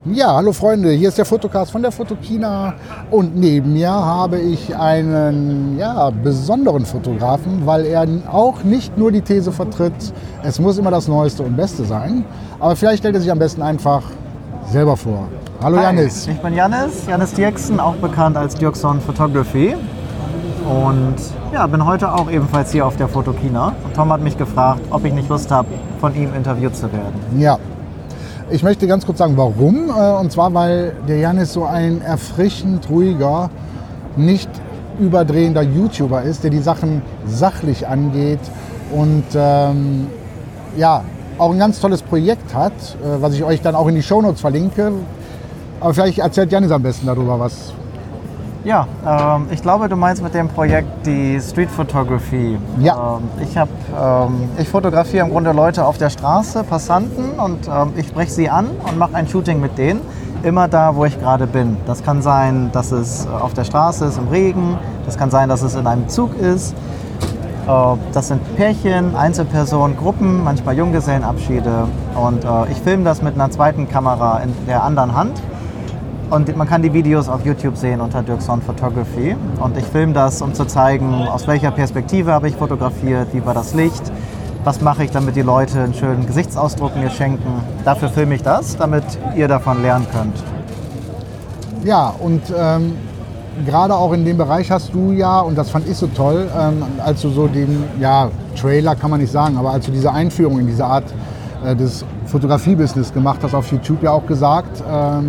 Ja, hallo Freunde, hier ist der Fotocast von der Fotokina und neben mir habe ich einen besonderen Fotografen, weil er auch nicht nur die These vertritt, es muss immer das Neueste und Beste sein, aber vielleicht stellt er sich am besten einfach selber vor. Hallo Jannis. Ich bin Jannis Dirksen, auch bekannt als Dirkson Photography und bin heute auch ebenfalls hier auf der Fotokina. Und Tom hat mich gefragt, ob ich nicht Lust habe, von ihm interviewt zu werden. Ja. Ich möchte ganz kurz sagen, warum. Und zwar, weil der Jannis so ein erfrischend ruhiger, nicht überdrehender YouTuber ist, der die Sachen sachlich angeht und auch ein ganz tolles Projekt hat, was ich euch dann auch in die Shownotes verlinke. Aber vielleicht erzählt Jannis am besten darüber was. Ja, ich glaube, du meinst mit dem Projekt die Street Photography. Ja. Ich fotografiere im Grunde Leute auf der Straße, Passanten, und ich spreche sie an und mache ein Shooting mit denen, immer da, wo ich gerade bin. Das kann sein, dass es auf der Straße ist, im Regen, das kann sein, dass es in einem Zug ist. Das sind Pärchen, Einzelpersonen, Gruppen, manchmal Junggesellenabschiede, und ich filme das mit einer zweiten Kamera in der anderen Hand. Und man kann die Videos auf YouTube sehen unter Dirkson Photography. Und ich filme das, um zu zeigen, aus welcher Perspektive habe ich fotografiert, wie war das Licht, was mache ich, damit die Leute einen schönen Gesichtsausdruck mir schenken. Dafür filme ich das, damit ihr davon lernen könnt. Ja, und gerade auch in dem Bereich hast du und das fand ich so toll, als du so den, Trailer kann man nicht sagen, aber als du diese Einführung in diese Art des Fotografie-Business gemacht hast, auf YouTube auch gesagt,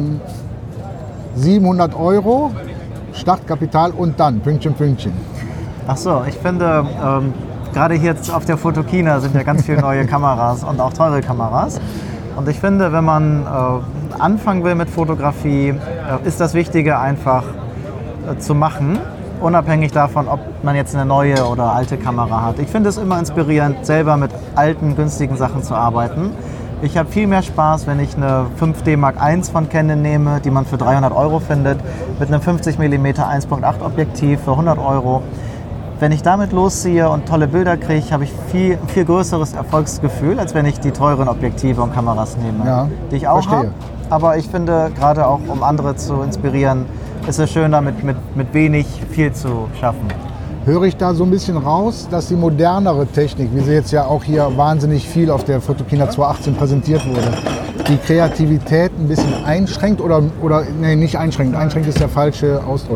700 € Startkapital und dann Pünktchen. Ach so, ich finde, gerade hier jetzt auf der Fotokina sind ja ganz viele neue Kameras und auch teure Kameras. Und ich finde, wenn man anfangen will mit Fotografie, ist das Wichtige einfach zu machen, unabhängig davon, ob man jetzt eine neue oder alte Kamera hat. Ich finde es immer inspirierend, selber mit alten, günstigen Sachen zu arbeiten. Ich habe viel mehr Spaß, wenn ich eine 5D Mark I von Canon nehme, die man für 300 € findet, mit einem 50 mm 1.8 Objektiv für 100 €. Wenn ich damit losziehe und tolle Bilder kriege, habe ich viel größeres Erfolgsgefühl, als wenn ich die teuren Objektive und Kameras nehme, die ich auch habe. Aber ich finde, gerade auch um andere zu inspirieren, ist es schön, damit mit wenig viel zu schaffen. Höre ich da so ein bisschen raus, dass die modernere Technik, wie sie jetzt ja auch hier wahnsinnig viel auf der Fotokina 2018 präsentiert wurde, die Kreativität ein bisschen einschränkt nicht einschränkt, einschränkt ist der falsche Ausdruck,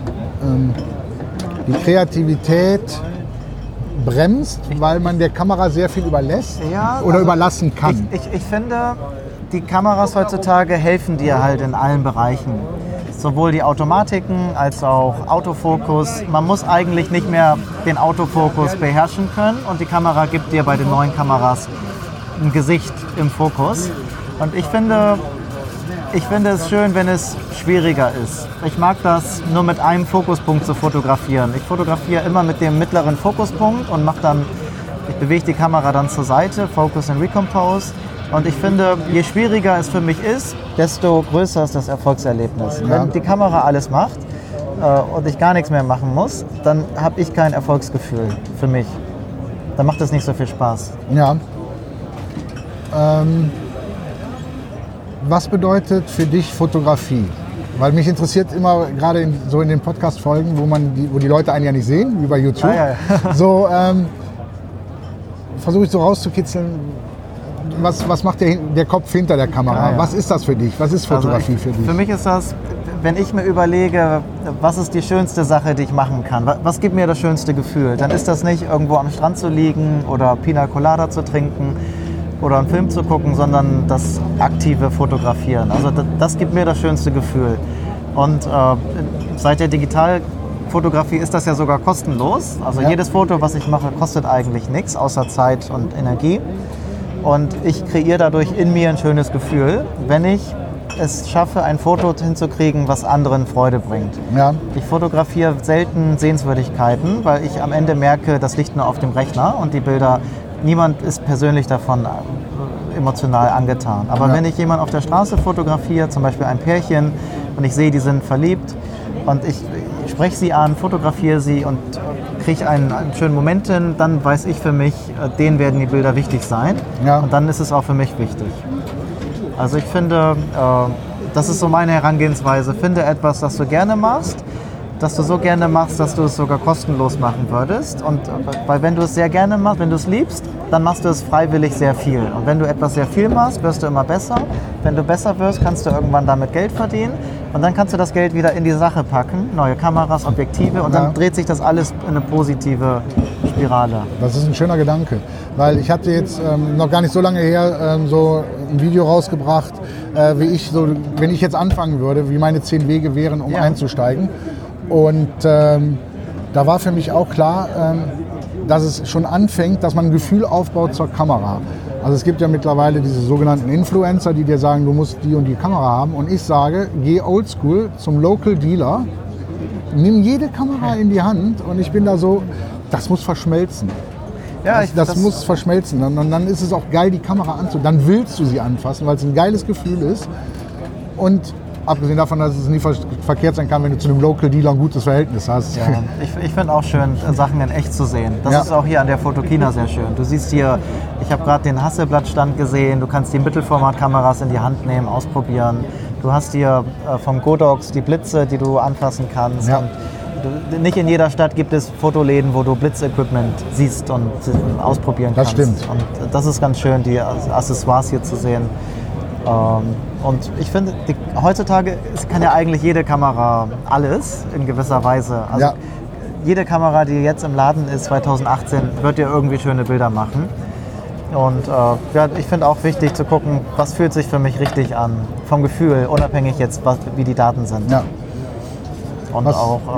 die Kreativität bremst, weil man der Kamera sehr viel überlässt oder überlassen kann? Ich finde, die Kameras heutzutage helfen dir halt in allen Bereichen. Sowohl die Automatiken als auch Autofokus. Man muss eigentlich nicht mehr den Autofokus beherrschen können, und die Kamera gibt dir bei den neuen Kameras ein Gesicht im Fokus. Und ich finde es schön, wenn es schwieriger ist. Ich mag das, nur mit einem Fokuspunkt zu fotografieren. Ich fotografiere immer mit dem mittleren Fokuspunkt und ich bewege die Kamera dann zur Seite, Focus and Recompose. Und ich finde, je schwieriger es für mich ist, desto größer ist das Erfolgserlebnis. Ja. Wenn die Kamera alles macht und ich gar nichts mehr machen muss, dann habe ich kein Erfolgsgefühl für mich. Dann macht es nicht so viel Spaß. Ja. Was bedeutet für dich Fotografie? Weil mich interessiert immer, gerade in den Podcast-Folgen, wo die Leute einen ja nicht sehen, wie bei YouTube, so versuche ich so rauszukitzeln, was macht der Kopf hinter der Kamera? Was ist das für dich? Was ist Fotografie für dich? Für mich ist das, wenn ich mir überlege, was ist die schönste Sache, die ich machen kann? Was gibt mir das schönste Gefühl? Dann ist das nicht, irgendwo am Strand zu liegen oder Pina Colada zu trinken oder einen Film zu gucken, sondern das aktive Fotografieren. Also das gibt mir das schönste Gefühl. Und seit der Digitalfotografie ist das ja sogar kostenlos. Also jedes Foto, was ich mache, kostet eigentlich nichts, außer Zeit und Energie. Und ich kreiere dadurch in mir ein schönes Gefühl, wenn ich es schaffe, ein Foto hinzukriegen, was anderen Freude bringt. Ja. Ich fotografiere selten Sehenswürdigkeiten, weil ich am Ende merke, das liegt nur auf dem Rechner und die Bilder, niemand ist persönlich davon emotional angetan. Aber wenn ich jemanden auf der Straße fotografiere, zum Beispiel ein Pärchen, und ich sehe, die sind verliebt, und ich spreche sie an, fotografiere sie und kriege einen schönen Moment hin, dann weiß ich für mich, denen werden die Bilder wichtig sein. Ja. Und dann ist es auch für mich wichtig. Also ich finde, Das ist so meine Herangehensweise. Finde etwas, das du gerne machst, dass du so gerne machst, dass du es sogar kostenlos machen würdest. Und weil wenn du es sehr gerne machst, wenn du es liebst, dann machst du es freiwillig sehr viel. Und wenn du etwas sehr viel machst, wirst du immer besser. Wenn du besser wirst, kannst du irgendwann damit Geld verdienen. Und dann kannst du das Geld wieder in die Sache packen, neue Kameras, Objektive. Und dann dreht sich das alles in eine positive Spirale. Das ist ein schöner Gedanke. Weil ich hatte jetzt noch gar nicht so lange her so ein Video rausgebracht, wie ich so, wenn ich jetzt anfangen würde, wie meine 10 Wege wären, um einzusteigen. Und da war für mich auch klar, dass es schon anfängt, dass man ein Gefühl aufbaut zur Kamera. Also es gibt ja mittlerweile diese sogenannten Influencer, die dir sagen, du musst die und die Kamera haben. Und ich sage, geh oldschool zum Local Dealer, nimm jede Kamera in die Hand und ich bin da so, das muss verschmelzen. Ja, das muss verschmelzen. Und dann ist es auch geil, die Kamera anzufassen. Dann willst du sie anfassen, weil es ein geiles Gefühl ist. Und abgesehen davon, dass es nie verkehrt sein kann, wenn du zu einem Local Dealer ein gutes Verhältnis hast. Ja, ich finde auch schön, Sachen in echt zu sehen. Das ist auch hier an der Photokina sehr schön. Du siehst hier, ich habe gerade den Hasselblatt-Stand gesehen, du kannst die Mittelformatkameras in die Hand nehmen, ausprobieren. Du hast hier vom Godox die Blitze, die du anfassen kannst. Ja. Und nicht in jeder Stadt gibt es Fotoläden, wo du Blitzequipment siehst und ausprobieren kannst. Das stimmt. Und das ist ganz schön, die Accessoires hier zu sehen. Und ich finde, heutzutage kann ja eigentlich jede Kamera alles in gewisser Weise. Also jede Kamera, die jetzt im Laden ist, 2018, wird dir irgendwie schöne Bilder machen. Und ich finde auch wichtig zu gucken, was fühlt sich für mich richtig an, vom Gefühl, unabhängig jetzt, wie die Daten sind. Ja. Und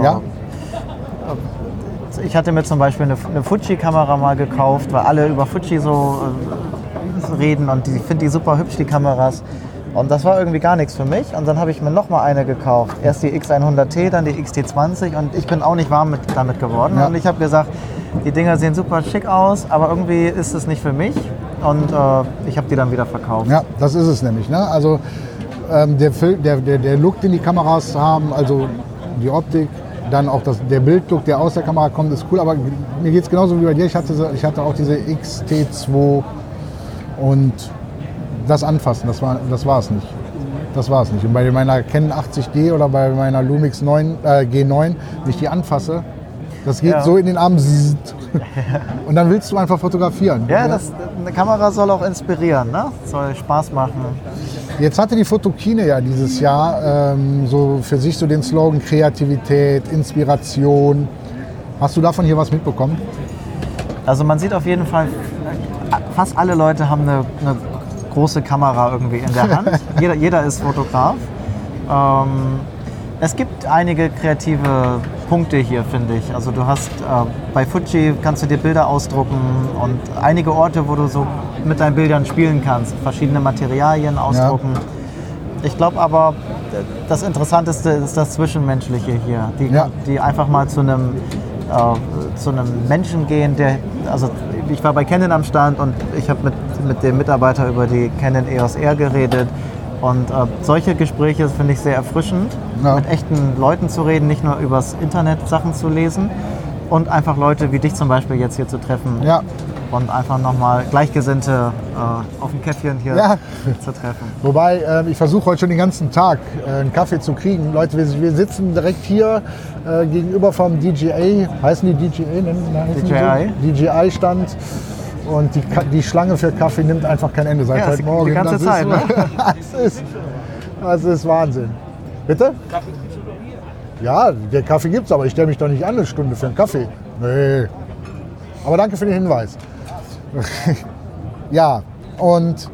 ich hatte mir zum Beispiel eine Fuji-Kamera mal gekauft, weil alle über Fuji so reden und ich finde die super hübsch, die Kameras. Und das war irgendwie gar nichts für mich. Und dann habe ich mir noch mal eine gekauft. Erst die X100T, dann die XT20 und ich bin auch nicht warm damit geworden. Ja. Und ich habe gesagt, die Dinger sehen super schick aus, aber irgendwie ist es nicht für mich. Und ich habe die dann wieder verkauft. Ja, das ist es nämlich. Ne? Also der Look, den die Kameras haben, also die Optik, dann auch der Bildlook, der aus der Kamera kommt, ist cool. Aber mir geht es genauso wie bei dir. Ich hatte auch diese XT2 und das Anfassen, das war es nicht. Das war es nicht. Und bei meiner Canon 80D oder bei meiner Lumix G9, wenn ich die anfasse, das geht so in den Arm. Und dann willst du einfach fotografieren. Ja, eine Kamera soll auch inspirieren, ne? Soll Spaß machen. Jetzt hatte die Photokina ja dieses Jahr so für sich so den Slogan Kreativität, Inspiration. Hast du davon hier was mitbekommen? Also man sieht auf jeden Fall, fast alle Leute haben eine große Kamera irgendwie in der Hand. Jeder ist Fotograf. Es gibt einige kreative Punkte hier, finde ich. Also du hast bei Fuji kannst du dir Bilder ausdrucken und einige Orte, wo du so mit deinen Bildern spielen kannst, verschiedene Materialien ausdrucken. Ja. Ich glaube aber, das Interessanteste ist das Zwischenmenschliche hier, die einfach mal zu einem Menschen gehen, ich war bei Canon am Stand und ich habe mit dem Mitarbeiter über die Canon EOS R geredet und solche Gespräche finde ich sehr erfrischend, mit echten Leuten zu reden, nicht nur übers Internet Sachen zu lesen und einfach Leute wie dich zum Beispiel jetzt hier zu treffen und einfach nochmal Gleichgesinnte auf dem Käffchen hier zu treffen. Wobei, ich versuche heute schon den ganzen Tag einen Kaffee zu kriegen. Leute, wir sitzen direkt hier gegenüber vom DJI, heißen die DJI? DJI-Stand. Und die Schlange für Kaffee nimmt einfach kein Ende seit heute Morgen. Die ganze Zeit, ne? Das ist Wahnsinn. Bitte? Ja, der Kaffee gibt's, aber ich stelle mich doch nicht an eine Stunde für einen Kaffee. Nee. Aber danke für den Hinweis. Ja, und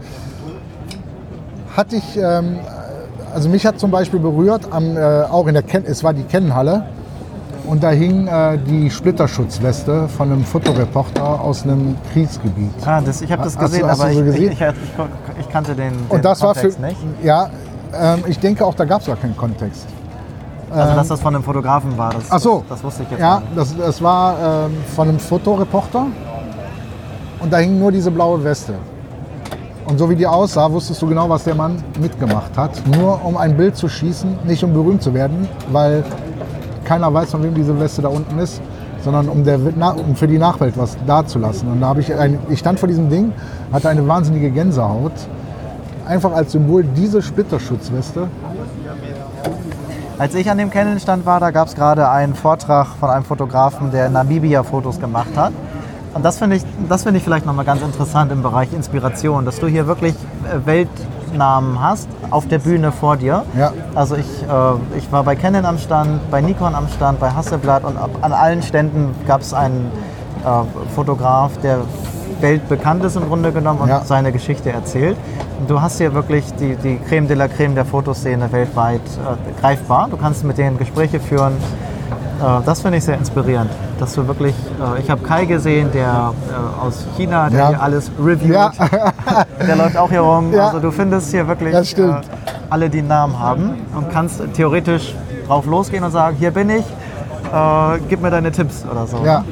also mich hat zum Beispiel berührt, auch in der es war die Canon-Halle, und da hing die Splitterschutzweste von einem Fotoreporter aus einem Kriegsgebiet. Ich habe das gesehen, aber ich kannte den Kontext nicht. Ja, ich denke auch, da gab es gar keinen Kontext. Also dass das von einem Fotografen war, das wusste ich jetzt nicht. Das war von einem Fotoreporter und da hing nur diese blaue Weste. Und so wie die aussah, wusstest du genau, was der Mann mitgemacht hat. Nur um ein Bild zu schießen, nicht um berühmt zu werden, weil keiner weiß, von wem diese Weste da unten ist, sondern um für die Nachwelt was dazulassen. Und da ich stand vor diesem Ding, hatte eine wahnsinnige Gänsehaut. Einfach als Symbol diese Splitterschutzweste Als ich an dem Canon-Stand war, da gab es gerade einen Vortrag von einem Fotografen, der in Namibia Fotos gemacht hat. Und das finde ich vielleicht nochmal ganz interessant im Bereich Inspiration, dass du hier wirklich Weltnamen hast auf der Bühne vor dir. Ja. Also ich war bei Canon am Stand, bei Nikon am Stand, bei Hasselblad und an allen Ständen gab es einen Fotograf, der weltbekannt ist im Grunde genommen und seine Geschichte erzählt. Und du hast hier wirklich die Creme de la Creme der Fotoszene weltweit greifbar. Du kannst mit denen Gespräche führen. Das finde ich sehr inspirierend, dass du wirklich, ich habe Kai gesehen, der aus China, der hier alles reviewt, der läuft auch hier rum. Ja. Also du findest hier wirklich alle, die einen Namen haben und kannst theoretisch drauf losgehen und sagen, hier bin ich, gib mir deine Tipps oder so. Ja.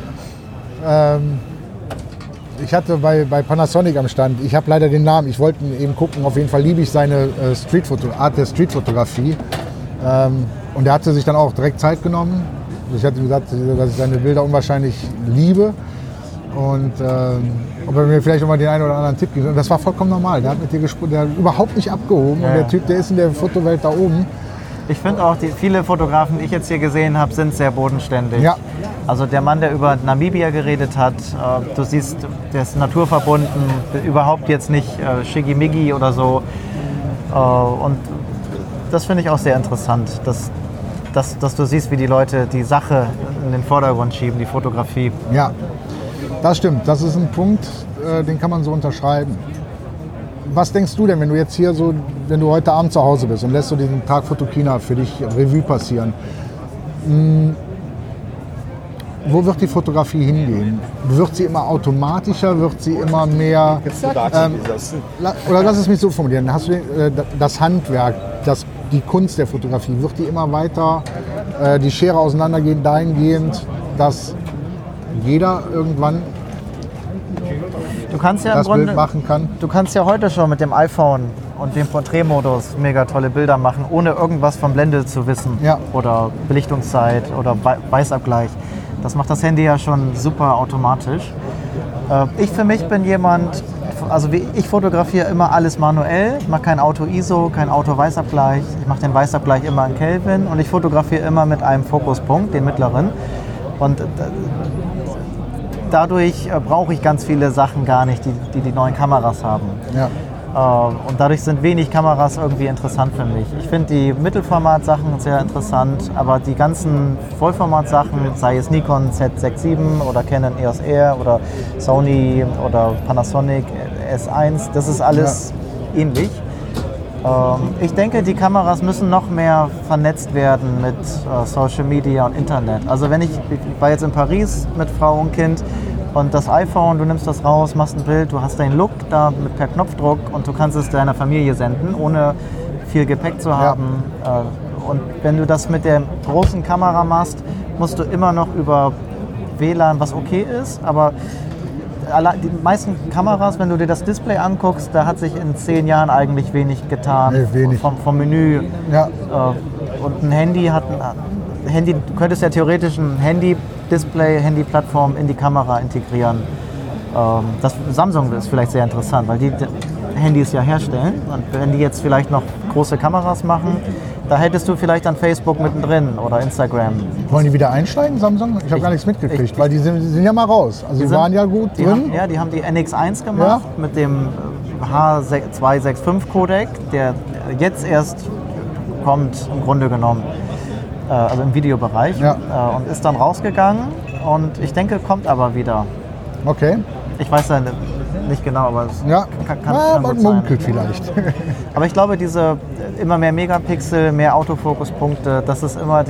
Ich hatte bei Panasonic am Stand, ich habe leider den Namen, ich wollte eben gucken, auf jeden Fall liebe ich seine Art der Streetfotografie. Und er hatte sich dann auch direkt Zeit genommen. Ich hatte gesagt, dass ich seine Bilder unwahrscheinlich liebe. Und ob er mir vielleicht noch mal den einen oder anderen Tipp gibt. Und das war vollkommen normal. Der hat mit dir gesprochen, der hat überhaupt nicht abgehoben. Ja. Und der Typ, der ist in der Fotowelt da oben. Ich finde auch, viele Fotografen, die ich jetzt hier gesehen habe, sind sehr bodenständig. Ja. Also der Mann, der über Namibia geredet hat, du siehst, der ist naturverbunden, überhaupt jetzt nicht Schickimicki oder so. Und das finde ich auch sehr interessant, dass du siehst, wie die Leute die Sache in den Vordergrund schieben, die Fotografie. Ja, das stimmt. Das ist ein Punkt, den kann man so unterschreiben. Was denkst du denn, wenn du jetzt hier so, wenn du heute Abend zu Hause bist und lässt du diesen Tag Fotokina für dich Revue passieren? Wo wird die Fotografie hingehen? Wird sie immer automatischer? Wird sie immer mehr... oder lass es mich so formulieren. Hast du das Handwerk, die Kunst der Fotografie, wird die immer weiter die Schere auseinandergehen, dahingehend, dass jeder irgendwann das Bild machen kann? Du kannst ja heute schon mit dem iPhone und dem Porträtmodus mega tolle Bilder machen, ohne irgendwas von Blende zu wissen oder Belichtungszeit oder Weißabgleich. Das macht das Handy ja schon super automatisch. Ich für mich bin jemand, also ich fotografiere immer alles manuell. Ich mache kein Auto-ISO, kein Auto-Weißabgleich. Ich mache den Weißabgleich immer in Kelvin und ich fotografiere immer mit einem Fokuspunkt, den mittleren. Und dadurch brauche ich ganz viele Sachen gar nicht, die neuen Kameras haben. Ja. Und dadurch sind wenig Kameras irgendwie interessant für mich. Ich finde die Mittelformat-Sachen sehr interessant, aber die ganzen Vollformat-Sachen, sei es Nikon Z67 oder Canon EOS R oder Sony oder Panasonic S1, das ist alles ähnlich. Ich denke, die Kameras müssen noch mehr vernetzt werden mit Social Media und Internet. Also ich war jetzt in Paris mit Frau und Kind, und das iPhone, du nimmst das raus, machst ein Bild, du hast deinen Look da per Knopfdruck und du kannst es deiner Familie senden, ohne viel Gepäck zu haben. Ja. Und wenn du das mit der großen Kamera machst, musst du immer noch über WLAN, was okay ist, aber die meisten Kameras, wenn du dir das Display anguckst, da hat sich in 10 Jahren eigentlich wenig getan. Nee, wenig. Vom Menü. Ja. Und ein Handy du könntest ja theoretisch ein Handy-Display, Handy-Plattform in die Kamera integrieren. Samsung ist vielleicht sehr interessant, weil die Handys ja herstellen. Und wenn die jetzt vielleicht noch große Kameras machen, da hättest du vielleicht dann Facebook mittendrin oder Instagram. Wollen die wieder einsteigen, Samsung? Ich habe gar nichts mitgekriegt, weil die sind ja mal raus. Also die waren ja gut drin. Die haben die NX1 gemacht mit dem H265 Codec, der jetzt erst kommt im Grunde genommen. Also im Videobereich, und ist dann rausgegangen und ich denke, kommt aber wieder. Okay. Ich weiß ja nicht genau, aber es kann man munkelt vielleicht. Aber ich glaube, diese immer mehr Megapixel, mehr Autofokuspunkte, das ist immer,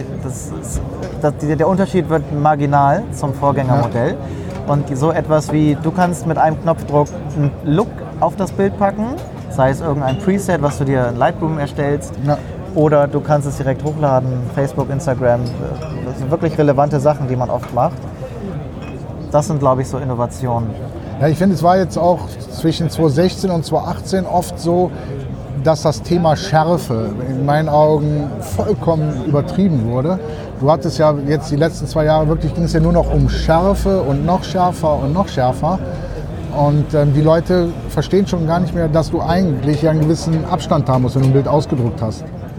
der Unterschied wird marginal zum Vorgängermodell. Ja. Und so etwas wie, du kannst mit einem Knopfdruck einen Look auf das Bild packen, sei es irgendein Preset, was du dir in Lightroom erstellst. Ja. Oder du kannst es direkt hochladen, Facebook, Instagram. Das sind wirklich relevante Sachen, die man oft macht. Das sind, glaube ich, so Innovationen. Ja, ich finde, es war jetzt auch zwischen 2016 und 2018 oft so, dass das Thema Schärfe in meinen Augen vollkommen übertrieben wurde. Du hattest ja jetzt die letzten 2 Jahre wirklich, ging es ja nur noch um Schärfe und noch schärfer und noch schärfer. Und die Leute verstehen schon gar nicht mehr, dass du eigentlich einen gewissen Abstand haben musst, wenn du ein Bild ausgedruckt hast.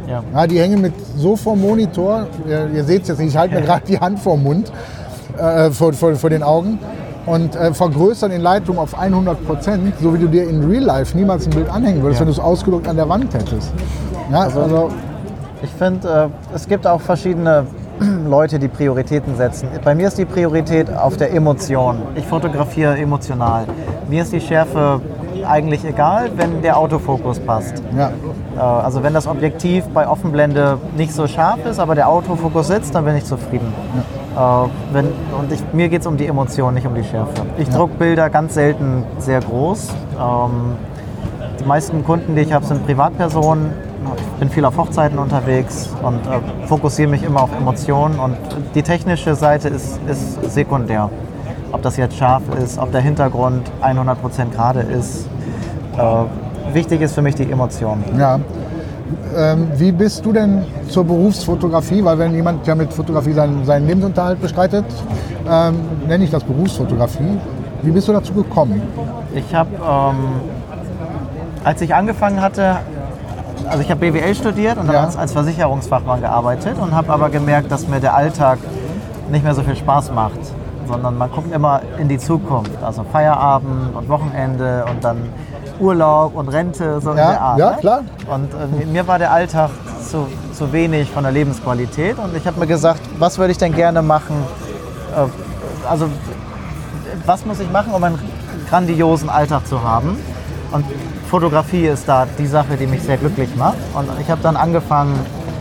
Ja. Die hängen mit so vorm Monitor, ihr seht es jetzt nicht, ich halte mir gerade die Hand vor den Mund, vor den Augen und vergrößern den Lightroom auf 100%, so wie du dir in Real Life niemals ein Bild anhängen würdest, wenn du es ausgedruckt an der Wand hättest. Ja, also ich finde, es gibt auch verschiedene Leute, die Prioritäten setzen. Bei mir ist die Priorität auf der Emotion. Ich fotografiere emotional. Mir ist die Schärfe eigentlich egal, wenn der Autofokus passt. Ja. Also wenn das Objektiv bei Offenblende nicht so scharf ist, aber der Autofokus sitzt, dann bin ich zufrieden. Ja. Mir geht es um die Emotion, nicht um die Schärfe. Ich drucke Bilder ganz selten sehr groß. Die meisten Kunden, die ich habe, sind Privatpersonen. Ich bin viel auf Hochzeiten unterwegs und fokussiere mich immer auf Emotionen. Und die technische Seite ist sekundär. Ob das jetzt scharf ist, ob der Hintergrund 100% gerade ist. Wichtig ist für mich die Emotion. Ja. Wie bist du denn zur Berufsfotografie? Weil wenn jemand ja mit Fotografie seinen Lebensunterhalt bestreitet, nenne ich das Berufsfotografie. Wie bist du dazu gekommen? Ich habe, als ich angefangen hatte, also ich habe BWL studiert und dann als Versicherungsfachmann gearbeitet und habe aber gemerkt, dass mir der Alltag nicht mehr so viel Spaß macht, sondern man guckt immer in die Zukunft, also Feierabend und Wochenende und dann Urlaub und Rente, so in der Art. Ja, klar. Und mir war der Alltag zu wenig von der Lebensqualität und ich habe mir gesagt, was würde ich denn gerne machen, also was muss ich machen, um einen grandiosen Alltag zu haben? Und Fotografie ist da die Sache, die mich sehr glücklich macht. Und ich habe dann angefangen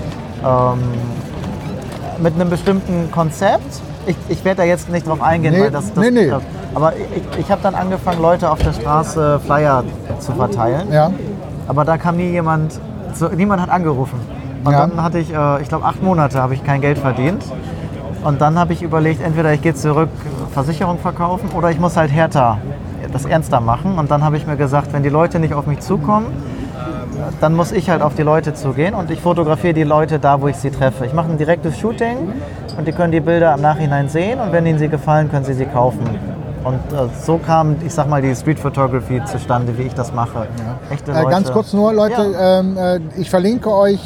mit einem bestimmten Konzept. Ich werde da jetzt nicht drauf eingehen, weil das aber ich habe dann angefangen, Leute auf der Straße Flyer zu verteilen. Ja. Aber da kam niemand hat angerufen. Und dann hatte ich glaube 8 Monate habe ich kein Geld verdient. Und dann habe ich überlegt, entweder ich gehe zurück Versicherung verkaufen oder ich muss halt härter das ernster machen. Und dann habe ich mir gesagt, wenn die Leute nicht auf mich zukommen, dann muss ich halt auf die Leute zugehen und ich fotografiere die Leute da, wo ich sie treffe. Ich mache ein direktes Shooting und die können die Bilder im Nachhinein sehen und wenn ihnen sie gefallen, können sie kaufen. Und so kam, ich sag mal, die Street Photography zustande, wie ich das mache. Ja. Echte Leute. Ganz kurz nur, Leute, ich verlinke euch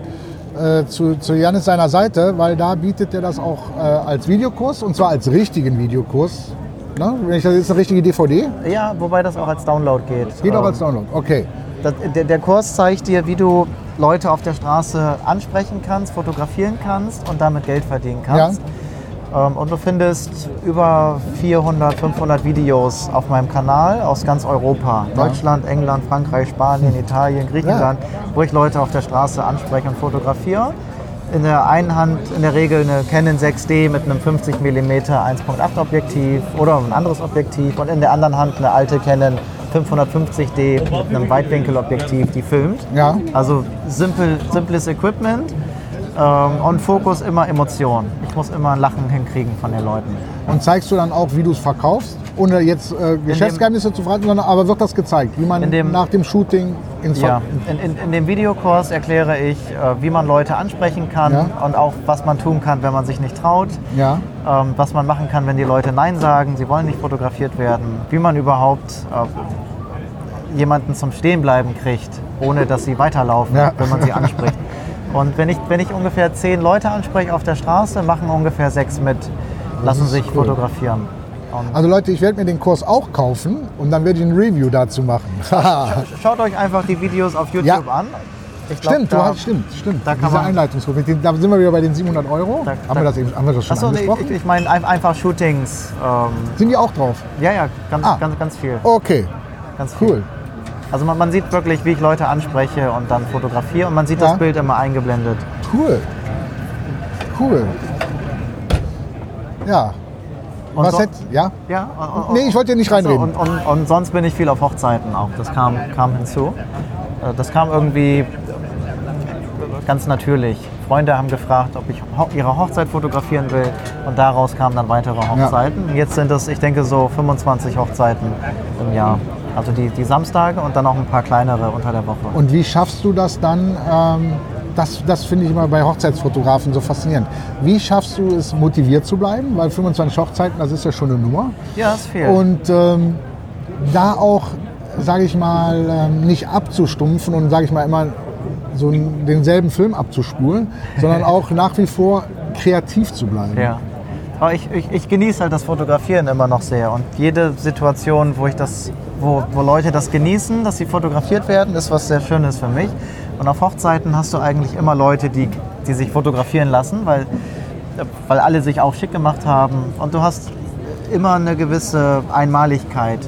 zu Jannis seiner Seite, weil da bietet er das auch als Videokurs und zwar als richtigen Videokurs. Ne? Das ist eine richtige DVD? Ja, wobei das auch als Download geht. Geht auch als Download, okay. Der Kurs zeigt dir, wie du Leute auf der Straße ansprechen kannst, fotografieren kannst und damit Geld verdienen kannst. Ja. Und du findest über 400, 500 Videos auf meinem Kanal aus ganz Europa. Ja. Deutschland, England, Frankreich, Spanien, Italien, Griechenland, wo ich Leute auf der Straße anspreche und fotografiere. In der einen Hand in der Regel eine Canon 6D mit einem 50 mm 1.8 Objektiv oder ein anderes Objektiv und in der anderen Hand eine alte Canon 550D mit einem Weitwinkelobjektiv, die filmt. Ja. Also simples Equipment und Fokus immer Emotion. Ich muss immer ein Lachen hinkriegen von den Leuten. Und zeigst du dann auch, wie du es verkaufst? Ohne jetzt Geschäftsgeheimnisse zu verraten, sondern aber wird das gezeigt, wie man nach dem Shooting in dem Videokurs erkläre ich, wie man Leute ansprechen kann und auch, was man tun kann, wenn man sich nicht traut. Ja. Was man machen kann, wenn die Leute Nein sagen, sie wollen nicht fotografiert werden. Wie man überhaupt jemanden zum Stehenbleiben kriegt, ohne dass sie weiterlaufen, wenn man sie anspricht. Und wenn ich ungefähr 10 Leute anspreche auf der Straße, machen ungefähr 6 mit, lassen sich fotografieren. Also Leute, ich werde mir den Kurs auch kaufen und dann werde ich ein Review dazu machen. Schaut euch einfach die Videos auf YouTube an. Ich glaub, stimmt. Da kann diese Einleitungskurs, da sind wir wieder bei den 700 €. Haben wir das schon angesprochen? Ich meine einfach Shootings. Sind die auch drauf? Ja, ganz viel. Okay, ganz viel. Cool. Also man sieht wirklich, wie ich Leute anspreche und dann fotografiere und man sieht das Bild immer eingeblendet. Cool. Ja. Ich wollte ja nicht reinreden. Und sonst bin ich viel auf Hochzeiten auch. Das kam hinzu. Das kam irgendwie ganz natürlich. Freunde haben gefragt, ob ich ihre Hochzeit fotografieren will und daraus kamen dann weitere Hochzeiten. Ja. Jetzt sind es, ich denke, so 25 Hochzeiten im Jahr. Also die Samstage und dann auch ein paar kleinere unter der Woche. Und wie schaffst du das dann? Das finde ich immer bei Hochzeitsfotografen so faszinierend. Wie schaffst du es, motiviert zu bleiben? Weil 25 Hochzeiten, das ist ja schon eine Nummer. Ja, das ist viel. Und da auch, sage ich mal, nicht abzustumpfen und, sage ich mal, immer denselben Film abzuspulen, sondern auch nach wie vor kreativ zu bleiben. Ja. Aber ich genieße halt das Fotografieren immer noch sehr. Und jede Situation, wo Leute das genießen, dass sie fotografiert werden, ist was sehr Schönes für mich. Und auf Hochzeiten hast du eigentlich immer Leute, die sich fotografieren lassen, weil alle sich auch schick gemacht haben. Und du hast immer eine gewisse Einmaligkeit.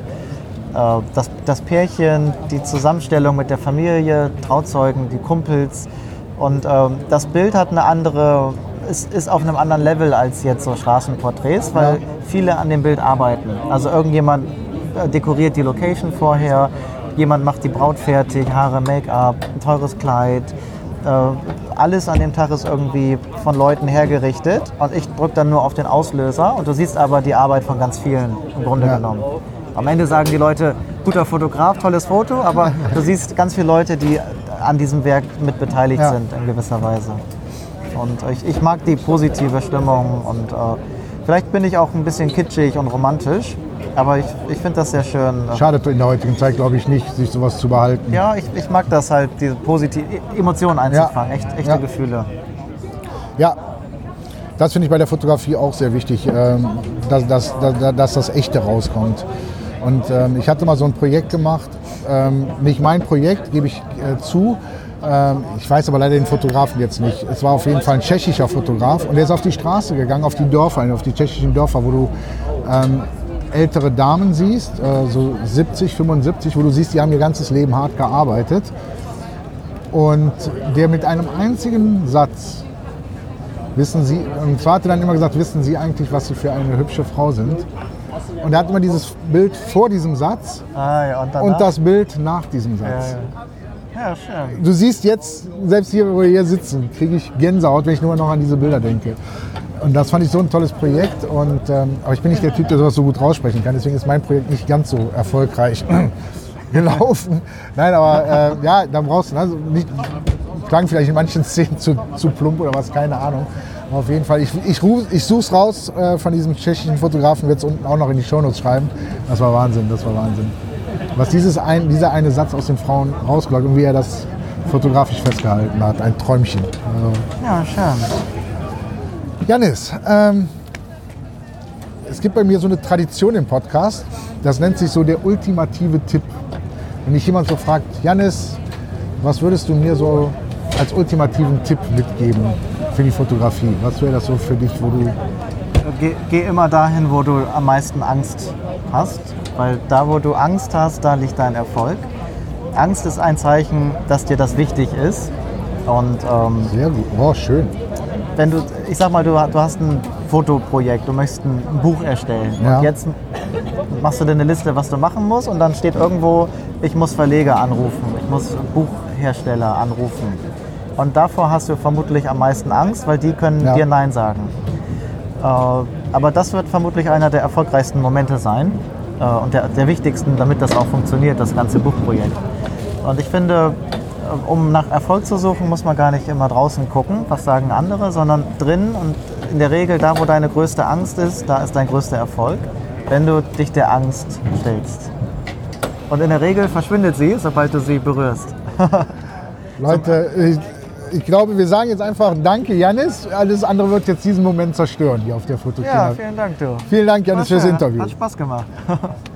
Das Pärchen, die Zusammenstellung mit der Familie, Trauzeugen, die Kumpels. Und das Bild hat eine andere, ist auf einem anderen Level als jetzt so Straßenporträts, weil viele an dem Bild arbeiten. Also irgendjemand dekoriert die Location vorher, jemand macht die Braut fertig, Haare, Make-up, ein teures Kleid. Alles an dem Tag ist irgendwie von Leuten hergerichtet und ich drücke dann nur auf den Auslöser und du siehst aber die Arbeit von ganz vielen im Grunde genommen. Am Ende sagen die Leute, guter Fotograf, tolles Foto, aber du siehst ganz viele Leute, die an diesem Werk mit beteiligt sind in gewisser Weise. Und ich mag die positive Stimmung und vielleicht bin ich auch ein bisschen kitschig und romantisch, aber ich finde das sehr schön. Schadet in der heutigen Zeit, glaube ich, nicht, sich sowas zu behalten. Ja, ich mag das halt, diese positive Emotionen einzufangen, echte Gefühle. Ja, das finde ich bei der Fotografie auch sehr wichtig, dass das Echte rauskommt. Und ich hatte mal so ein Projekt gemacht, nicht mein Projekt, gebe ich zu. Ich weiß aber leider den Fotografen jetzt nicht. Es war auf jeden Fall ein tschechischer Fotograf und der ist auf die Straße gegangen, auf die Dörfer, auf die tschechischen Dörfer, wo du ältere Damen siehst, so 70, 75, wo du siehst, die haben ihr ganzes Leben hart gearbeitet. Und der mit einem einzigen Satz, wissen Sie, und zwar hat er dann immer gesagt, wissen Sie eigentlich, was Sie für eine hübsche Frau sind? Und er hat immer dieses Bild vor diesem Satz und das Bild nach diesem Satz. Ja, schön. Du siehst jetzt, selbst hier, wo wir hier sitzen, kriege ich Gänsehaut, wenn ich nur noch an diese Bilder denke. Und das fand ich so ein tolles Projekt. Aber ich bin nicht der Typ, der sowas so gut raussprechen kann. Deswegen ist mein Projekt nicht ganz so erfolgreich gelaufen. Nein, aber da brauchst du, also nicht, klang vielleicht in manchen Szenen zu plump oder was, keine Ahnung. Aber auf jeden Fall, ich suche es raus von diesem tschechischen Fotografen, wird es unten auch noch in die Shownotes schreiben. Das war Wahnsinn. Was dieser eine Satz aus den Frauen rausgelockt und wie er das fotografisch festgehalten hat. Ein Träumchen. Also. Ja, schön. Jannis, es gibt bei mir so eine Tradition im Podcast, das nennt sich so der ultimative Tipp. Wenn dich jemand so fragt, Jannis, was würdest du mir so als ultimativen Tipp mitgeben für die Fotografie? Was wäre das so für dich, wo du... Geh immer dahin, wo du am meisten Angst hast, weil da, wo du Angst hast, da liegt dein Erfolg. Angst ist ein Zeichen, dass dir das wichtig ist. Und, sehr gut, oh, schön. Wenn du, ich sag mal, du hast ein Fotoprojekt, du möchtest ein Buch erstellen und jetzt machst du dir eine Liste, was du machen musst und dann steht irgendwo, ich muss Verleger anrufen, ich muss Buchhersteller anrufen. Und davor hast du vermutlich am meisten Angst, weil die können dir Nein sagen. Aber das wird vermutlich einer der erfolgreichsten Momente sein und der wichtigsten, damit das auch funktioniert, das ganze Buchprojekt. Und ich finde, um nach Erfolg zu suchen, muss man gar nicht immer draußen gucken, was sagen andere, sondern drin und in der Regel da, wo deine größte Angst ist, da ist dein größter Erfolg, wenn du dich der Angst stellst. Und in der Regel verschwindet sie, sobald du sie berührst. Leute, ich glaube, wir sagen jetzt einfach Danke, Jannis. Alles andere wird jetzt diesen Moment zerstören hier auf der Fotokina. Ja, vielen Dank, du. Vielen Dank, Jannis, fürs Interview. Hat Spaß gemacht.